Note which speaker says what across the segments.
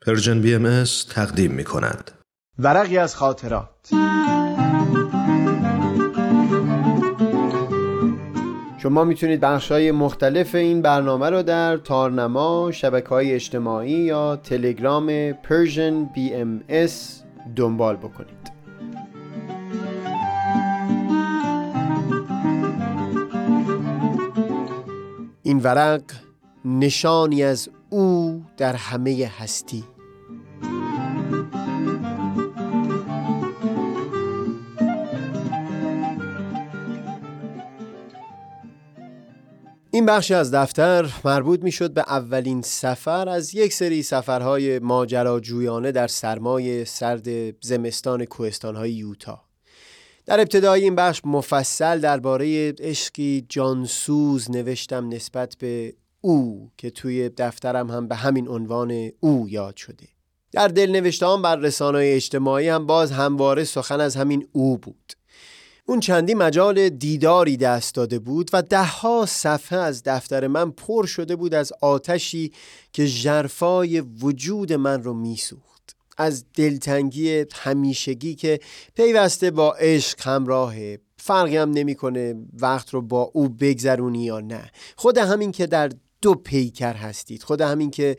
Speaker 1: پرژن BMS تقدیم می کند.
Speaker 2: ورقی از خاطرات. شما میتونید بخش‌های مختلف این برنامه رو در تارنما، شبکه‌های اجتماعی یا تلگرام پرژن BMS دنبال بکنید. این ورق نشانی از او در همه هستی. این بخشی از دفتر مربوط می شد به اولین سفر از یک سری سفرهای ماجراجویانه در سرمای سرد زمستان کوهستان‌های یوتا. در ابتدای این بخش مفصل درباره عشقی جانسوز نوشتم نسبت به او که توی دفترم هم به همین عنوان او یاد شده. در دلنوشته‌ام بر رسانه‌های اجتماعی هم باز همواره سخن از همین او بود. اون چندی مجال دیداری دست داده بود و 10 صفحه از دفتر من پر شده بود از آتشی که ژرفای وجود من رو میسوخت، از دلتنگی همیشگی که پیوسته با عشق همراهه. فرقی هم نمی‌کنه وقت رو با او بگذرونی یا نه. خود همین که در دو پیکر هستید، خود همین که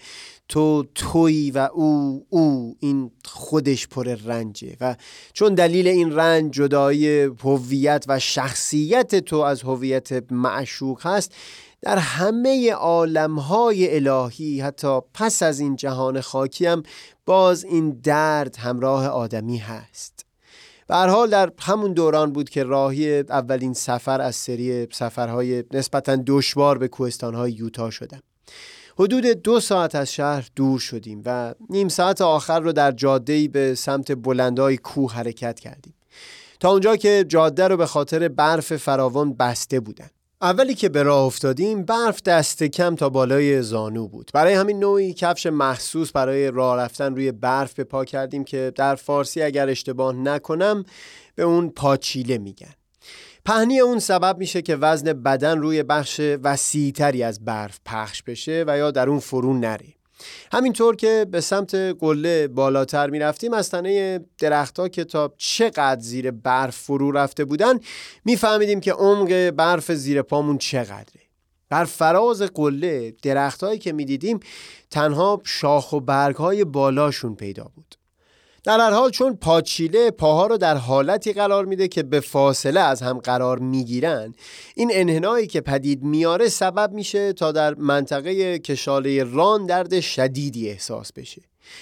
Speaker 2: تویی و او این خودش پر رنجه و چون دلیل این رنج جدایی هویت و شخصیت تو از هویت معشوق هست، در همه عالم‌های الهی حتی پس از این جهان خاکی هم باز این درد همراه آدمی هست. به هر حال در همون دوران بود که راهی اولین سفر از سری سفرهای نسبتاً دشوار به کوهستان‌های یوتا شدم. حدود 2 ساعت از شهر دور شدیم و نیم ساعت آخر رو در جاده‌ای به سمت بلندای کوه حرکت کردیم، تا اونجا که جاده رو به خاطر برف فراوان بسته بودن. اولی که به راه افتادیم برف دست کم تا بالای زانو بود. برای همین نوعی کفش مخصوص برای راه رفتن روی برف به پا کردیم که در فارسی اگر اشتباه نکنم به اون پاچیله میگن. پهنی اون سبب میشه که وزن بدن روی بخش وسیع‌تری از برف پخش بشه و یا در اون فرو نره. همینطور که به سمت قله بالاتر میرفتیم از تنه درخت‌ها که تا چقدر زیر برف فرو رفته بودن میفهمیدیم که عمق برف زیر پامون چقدره. بر فراز قله درخت‌هایی که میدیدیم تنها شاخ و برگ‌های بالاشون پیدا بود. در هر حال چون پاچیله پاها رو در حالتی قرار میده که به فاصله از هم قرار میگیرن، این انحنایی که پدید میاره سبب میشه تا در منطقه کشاله ران درد شدیدی احساس بشه.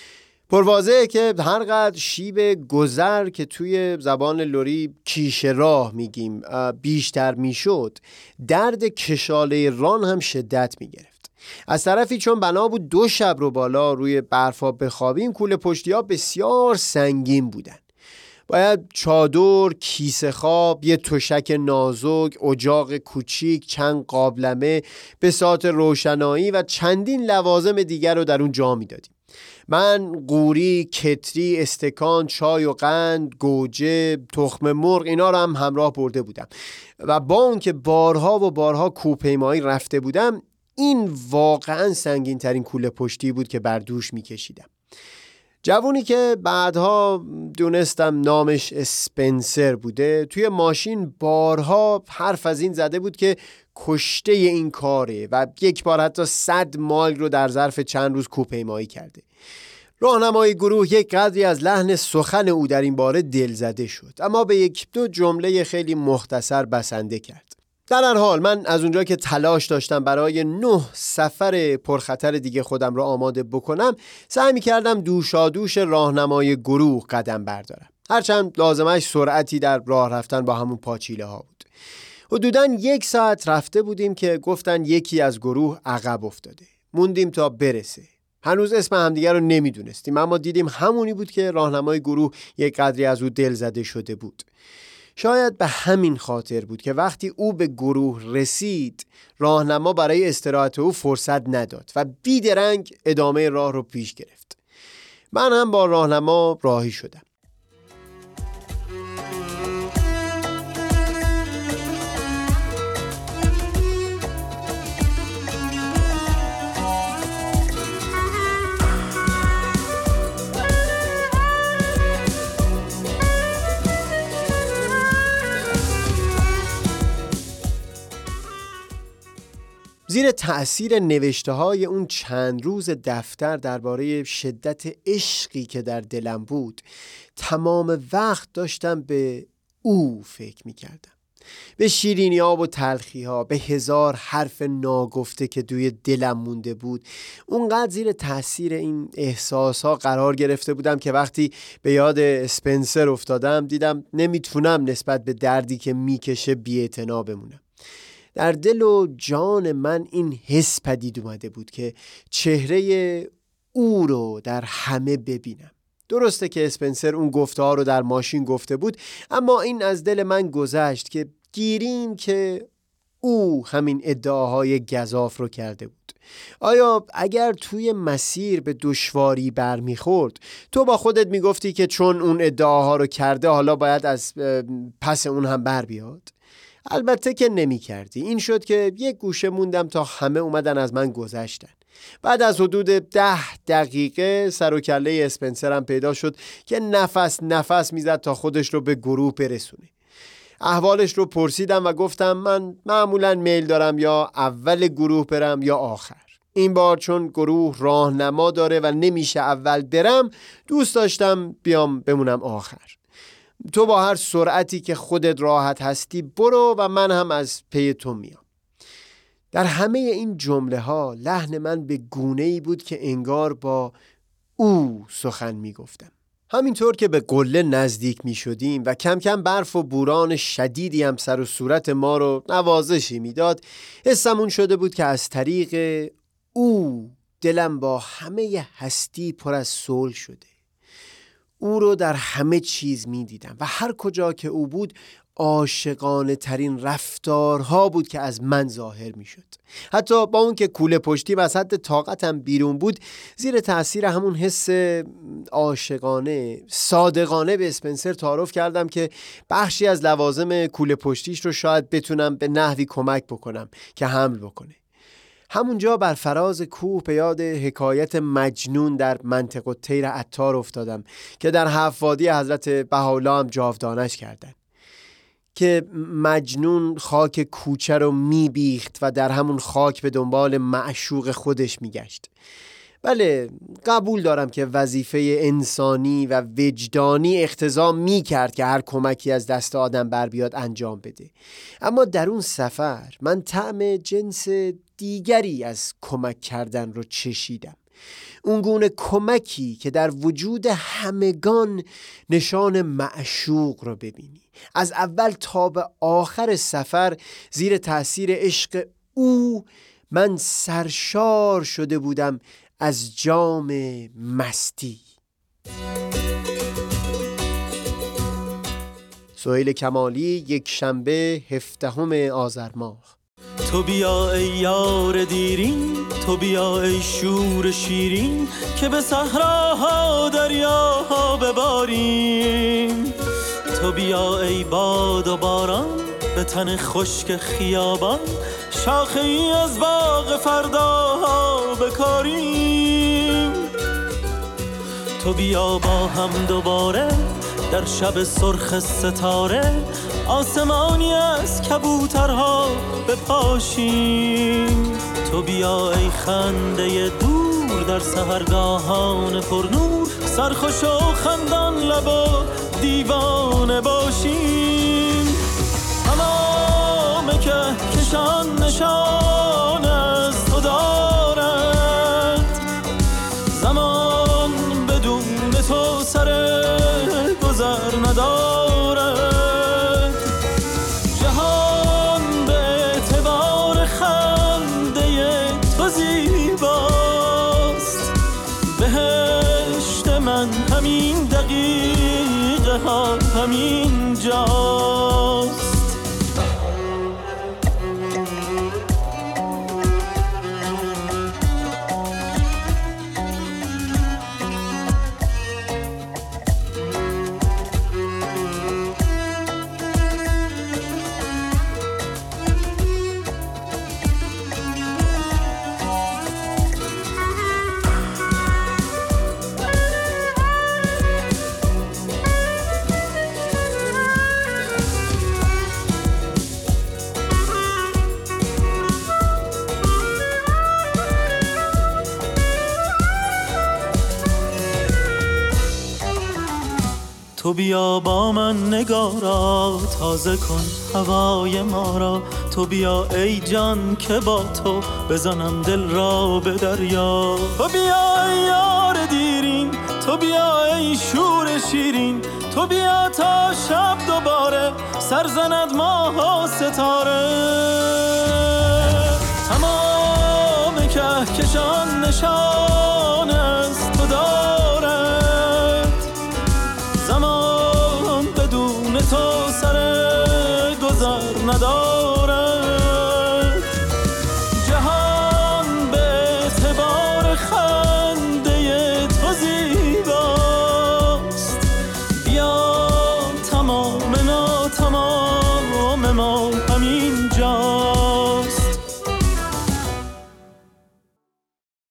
Speaker 2: پروازه که هرقدر شیب گذر که توی زبان لری کیش راه میگیم بیشتر میشد، درد کشاله ران هم شدت میگرفت. از طرفی چون بنا بود 2 شب رو بالا روی برفا بخوابیم، کوله پشتی‌ها بسیار سنگین بودن. باید چادر، کیسه خواب، یه تشک نازک، اجاق کوچیک، چند قابلمه، بساط روشنایی و چندین لوازم دیگر رو در اون جا میدادیم. من قوری، کتری، استکان، چای و قند، گوجه، تخم مرغ اینا رو هم همراه برده بودم و با اون که بارها و بارها کوهپیمایی رفته بودم، این واقعا سنگین ترین کوله پشتی بود که بر دوش می کشیدم. جوونی که بعدها دونستم نامش اسپنسر بوده توی ماشین بارها حرف از این زده بود که کشته این کاره و یک بار حتی 100 مایل رو در ظرف چند روز کوهپیمایی کرده. راهنمای گروه یک قدری از لحن سخن او در این باره دلزده شد، اما به 1-2 جمله خیلی مختصر بسنده کرد. در هر حال من از اونجا که تلاش داشتم برای 9 سفر پرخطر دیگه خودم را آماده بکنم، سعی می‌کردم دوشادوش راهنمای گروه قدم بردارم، هرچند لازمش سرعتی در راه رفتن با همون پاچیله ها بود. حدوداً 1 ساعت رفته بودیم که گفتن یکی از گروه عقب افتاده. موندیم تا برسه. هنوز اسم همدیگر رو نمیدونستیم، اما دیدیم همونی بود که راهنمای گروه یک قدری از او دلزده شده بود. شاید به همین خاطر بود که وقتی او به گروه رسید، راهنما برای استراحت او فرصت نداد و بیدرنگ ادامه راه رو پیش گرفت. من هم با راهنما راهی شدم. زیر تأثیر نوشته‌های اون چند روز دفتر درباره شدت عشقی که در دلم بود، تمام وقت داشتم به او فکر می‌کردم، به شیرینی‌ها و تلخی‌ها، به هزار حرف ناگفته که توی دلم مونده بود. اونقدر زیر تأثیر این احساس‌ها قرار گرفته بودم که وقتی به یاد اسپنسر افتادم دیدم نمیتونم نسبت به دردی که میکشه بی‌اعتنا بمونم. در دل و جان من این حس پدید اومده بود که چهره او رو در همه ببینم. درسته که اسپنسر اون گفته‌ها رو در ماشین گفته بود، اما این از دل من گذشت که گیریم که او همین ادعاهای گزاف رو کرده بود. آیا اگر توی مسیر به دشواری برمیخورد تو با خودت میگفتی که چون اون ادعاها رو کرده حالا باید از پس اون هم بر بیاد؟ البته که نمی کردی. این شد که یک گوشه موندم تا همه اومدن از من گذشتن. بعد از حدود 10 دقیقه سر و کله اسپنسرم پیدا شد که نفس میزد تا خودش رو به گروه برسونه. احوالش رو پرسیدم و گفتم من معمولاً میل دارم یا اول گروه برم یا آخر. این بار چون گروه راهنما داره و نمیشه اول برم، دوست داشتم بیام بمونم آخر. تو با هر سرعتی که خودت راحت هستی برو و من هم از پی تو میام. در همه این جمله ها لحن من به گونه‌ای بود که انگار با او سخن میگفتم. همینطور که به قله نزدیک می شدیم و کم کم برف و بوران شدیدی هم سر و صورت ما رو نوازشی میداد، حسمون شده بود که از طریق او دلم با همه هستی پر از صلح شده. او رو در همه چیز می دیدم و هر کجا که او بود عاشقانه ترین رفتارها بود که از من ظاهر می شد. حتی با اون که کوله پشتیم از حد طاقتم بیرون بود، زیر تأثیر همون حس عاشقانه صادقانه به اسپنسر تعارف کردم که بخشی از لوازم کوله پشتیش رو شاید بتونم به نحوی کمک بکنم که حمل بکنه. همونجا بر فراز کوه به یاد حکایت مجنون در منطقه الطیر عطار افتادم که در 7 وادی حضرت بهاءالله هم جاودانش کردن، که مجنون خاک کوچه رو میبیخت و در همون خاک به دنبال معشوق خودش میگشت. بله، قبول دارم که وظیفه انسانی و وجدانی اقتضا میکرد که هر کمکی از دست آدم بر بیاد انجام بده، اما در اون سفر من طعم جنس دیگری از کمک کردن رو چشیدم. اون گونه کمکی که در وجود همگان نشان معشوق رو ببینی. از اول تا به آخر سفر زیر تأثیر عشق او من سرشار شده بودم از جام مستی. سهیل کمالی، یک شنبه 17 آذر ماه.
Speaker 3: تو بیا ای یار دیرین، تو بیا ای شور شیرین، که به صحراها دریاها بباریم. تو بیا ای باد و باران، به تن خشک خیابان، شاخه ای از باغ فرداها بکاریم. تو بیا با هم دوباره در شب سرخ ستاره، آسمانی از کبوترها بپاشیم. تو بیا ای خنده دور در سحرگاهان پرنور، سرخوش و خندان لب و دیوانه باشیم. تمام که کشان نشان از تو دارد، زمان بدون تو سر گذر ندارد. جهان به اعتبار خنده تو زیباست، بهشت من همین دقیقه ها همین جاست. تو بیا با من نگارا، تازه کن هوای ما را. تو بیا ای جان که با تو بزنم دل را به دریا. تو بیا ای یار دیرین، تو بیا ای شور شیرین. تو بیا تا شب دوباره سر زند ماه و ستاره. تمام کهکشان نشان